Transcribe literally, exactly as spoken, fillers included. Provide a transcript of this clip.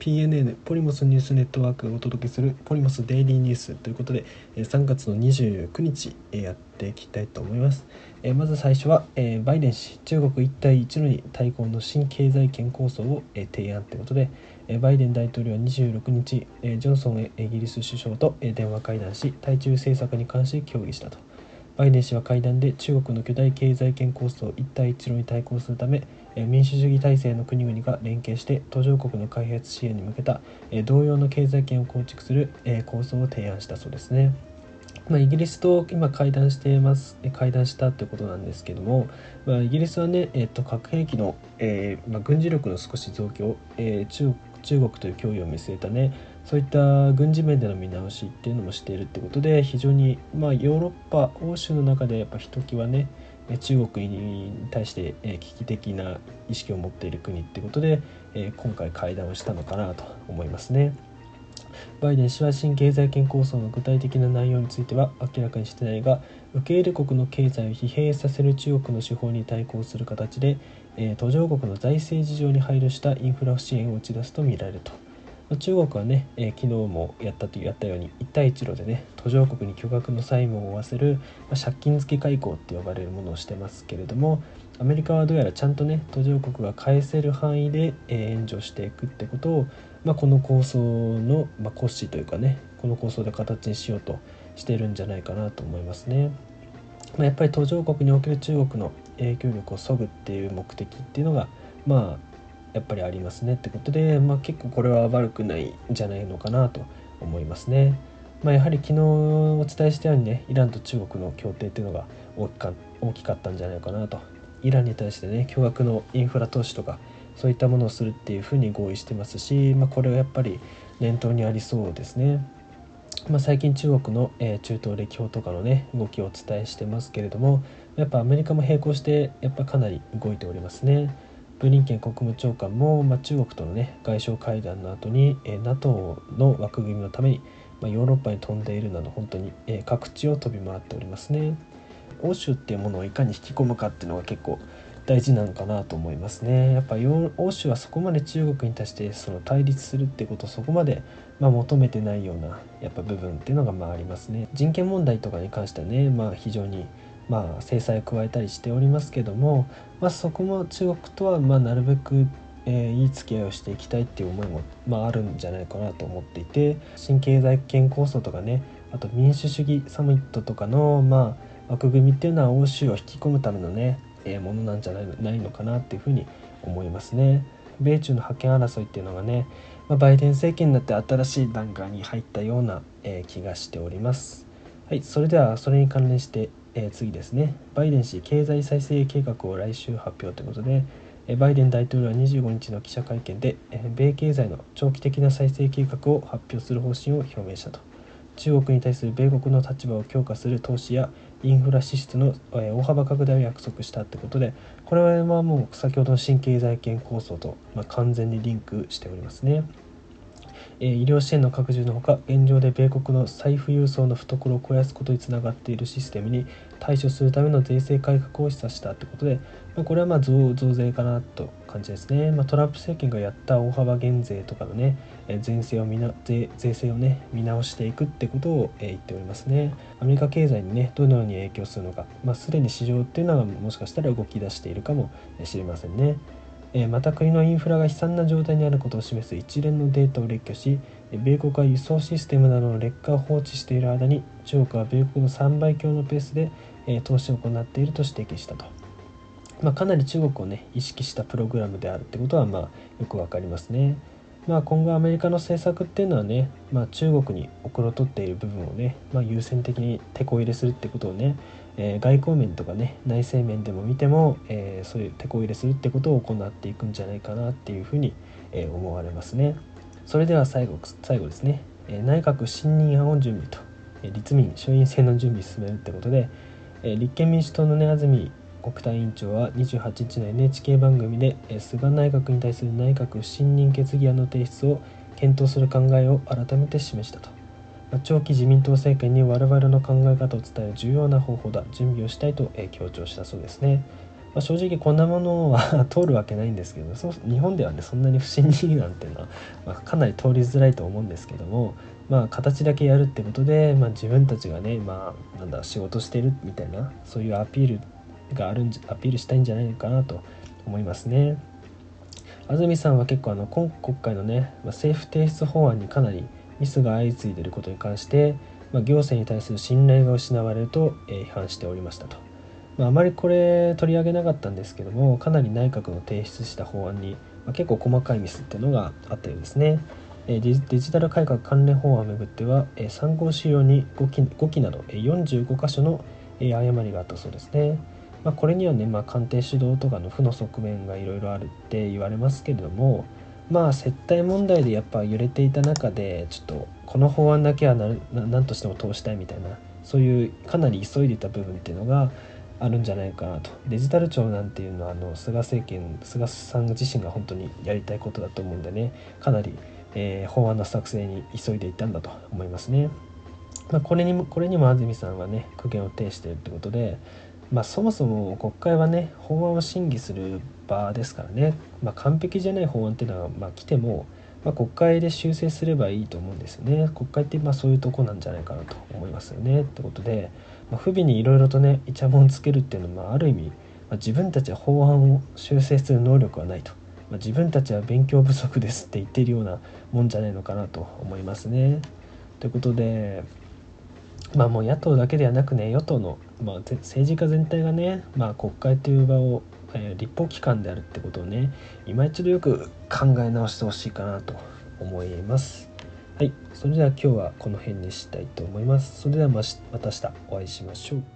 ピーエヌエヌ ポリモスニュースネットワークがお届けするポリモスデイリーニュースということで、さんがつのにじゅうくにちやっていきたいと思います。まず最初はバイデン氏、中国一帯一路に対抗の新経済圏構想を提案ということで、バイデン大統領はにじゅうろくにち、ジョンソンイギリス首相と電話会談し、対中政策に関し協議したと。バイデン氏は会談で中国の巨大経済圏構想一帯一路に対抗するため、民主主義体制の国々が連携して途上国の開発支援に向けた同様の経済圏を構築する構想を提案したそうですね。まあ、イギリスと今会談しています会談したということなんですけども、まあ、イギリスはね、えっと、核兵器の、えーまあ、軍事力の少し増強、えー、中中国という脅威を見据えたね、そういった軍事面での見直しっていうのもしているってことで、非常に、まあ、ヨーロッパ欧州の中でやっぱひときわね、中国に対して危機的な意識を持っている国ってことで、今回会談をしたのかなと思いますね。バイデン氏は新経済圏構想の具体的な内容については明らかにしていないが、受け入れ国の経済を疲弊させる中国の手法に対抗する形で、途上国の財政事情に配慮したインフラ支援を打ち出すとみられると。中国はね、えー、昨日もやったとやったように一帯一路でね、途上国に巨額の債務を負わせる、まあ、借金付き外交って呼ばれるものをしてますけれども、アメリカはどうやらちゃんとね、途上国が返せる範囲で、えー、援助していくってことを、まあ、この構想の、まあ、骨子というかね、この構想で形にしようとしているんじゃないかなと思いますね。まあ、やっぱり途上国における中国の影響力を削ぐっていう目的っていうのが、まあやっぱりありますねってことで、まあ、結構これは悪くないんじゃないのかなと思いますね。まあ、やはり昨日お伝えしたようにね、イランと中国の協定っていうのが大きか大きかったんじゃないかなと。イランに対してね、巨額のインフラ投資とかそういったものをするっていうふうに合意してますし、まあ、これはやっぱり念頭にありそうですね。まあ、最近中国の、えー、中東歴訪とかのね動きをお伝えしてますけれども、やっぱアメリカも並行してやっぱかなり動いておりますね。ブリンケン国務長官も、まあ、中国との、ね、外相会談の後に、えー、ナトー の枠組みのために、まあ、ヨーロッパに飛んでいるなど本当に、えー、各地を飛び回っておりますね。欧州っていうものをいかに引き込むかっていうのが結構大事なのかなと思いますね。やっぱ欧州はそこまで中国に対してその対立するってことをそこまでまあ求めてないようなやっぱ部分っていうのがまあありますね。人権問題とかに関してはね、まあ非常にまあ制裁を加えたりしておりますけども、まあ、そこも中国とはまあなるべくえー、いい付き合いをしていきたいっていう思いも、まあ、あるんじゃないかなと思っていて、新経済圏構想とかね、あと民主主義サミットとかの、まあ、枠組みっていうのは欧州を引き込むためのね、えー、ものなんじゃないの、ないのかなっていうふうに思いますね。米中の覇権争いっていうのがね、まあ、バイデン政権になって新しい段階に入ったような、えー、気がしております。はい、それではそれに関連して、えー、次ですね。バイデン氏経済再生計画を来週発表ということで、バイデン大統領はにじゅうごにちの記者会見で、米経済の長期的な再生計画を発表する方針を表明したと。中国に対する米国の立場を強化する投資やインフラ支出の大幅拡大を約束したということで、これはもう先ほどの新経済圏構想と完全にリンクしておりますね。医療支援の拡充のほか、現状で米国の財布郵送の懐を肥やすことにつながっているシステムに対処するための税制改革を示唆したということで、まあ、これはまあ 増, 増税かなと感じですね。まあ、トランプ政権がやった大幅減税とかのね、税制を見な 税, 税制をね見直していくってことを言っておりますね。アメリカ経済にねどのように影響するのか、まあ、すでに市場っていうのはもしかしたら動き出しているかもしれませんね。また国のインフラが悲惨な状態にあることを示す一連のデータを列挙し、米国は輸送システムなどの劣化を放置している間に中国は米国のさんばい強のペースで投資を行っていると指摘したと。まあ、かなり中国をね意識したプログラムであるってことはまあよくわかりますね。まあ、今後アメリカの政策っていうのはね、まあ、中国に遅れを取っている部分をね、まあ、優先的に手こ入れするってことをね、えー、外交面とかね内政面でも見ても、えー、そういう手こ入れするってことを行っていくんじゃないかなっていうふうに、えー、思われますね。それでは最後最後ですね、えー、内閣不信任案を準備と、えー、立民衆院選の準備を進めるってことで、えー、立憲民主党のね安住国対委員長はにじゅうはちにちの エヌエイチケー 番組で菅内閣に対する内閣不信任決議案の提出を検討する考えを改めて示したと。長期自民党政権に我々の考え方を伝える重要な方法だ、準備をしたいと強調したそうですね。 まあ、正直こんなものは通るわけないんですけど、そう日本ではねそんなに不信任なんていうのは、まあ、かなり通りづらいと思うんですけども、まあ形だけやるってことで、まあ、自分たちがね、まあなんだ仕事してるみたいな、そういうアピールがあるんじゃアピールしたいんじゃないかなと思いますね。安住さんは結構あの今国会のね、まあ、政府提出法案にかなりミスが相次いでいることに関して、まあ、行政に対する信頼が失われると、えー批判しておりましたと。まあ、あまりこれ取り上げなかったんですけども、かなり内閣の提出した法案に、まあ、結構細かいミスっていうのがあったようですね。えーデジデジタル改革関連法案をめぐっては、えー参考資料にごき、ごきなどえーよんじゅうご箇所のえー誤りがあったそうですね。まあ、これにはね、まあ、官邸主導とかの負の側面がいろいろあるって言われますけれども、まあ接待問題でやっぱ揺れていた中で、ちょっとこの法案だけはなな何としても通したいみたいな、そういうかなり急いでいた部分っていうのがあるんじゃないかなと。デジタル庁なんていうのはあの菅政権菅さん自身が本当にやりたいことだと思うんでね、かなり、えー法案の作成に急いでいたんだと思いますね。まあ、これにもこれにも安住さんはね苦言を呈しているってことで、まあ、そもそも国会はね法案を審議する場ですからね、まあ、完璧じゃない法案っていうのは、まあ、来ても、まあ、国会で修正すればいいと思うんですよね。国会ってまあそういうとこなんじゃないかなと思いますよね。ってことで、まあ、不備にいろいろとねイチャモンつけるっていうのは、まあ、ある意味、まあ、自分たちは法案を修正する能力はないと、まあ、自分たちは勉強不足ですって言っているようなもんじゃないのかなと思いますね。ということで、まあもう野党だけではなくね、与党の、まあ、ぜ政治家全体がね、まあ、国会という場を、えー立法機関であるってことをね、今一度よく考え直してほしいかなと思います。はい、それでは今日はこの辺にしたいと思います。それではましまた明日お会いしましょう。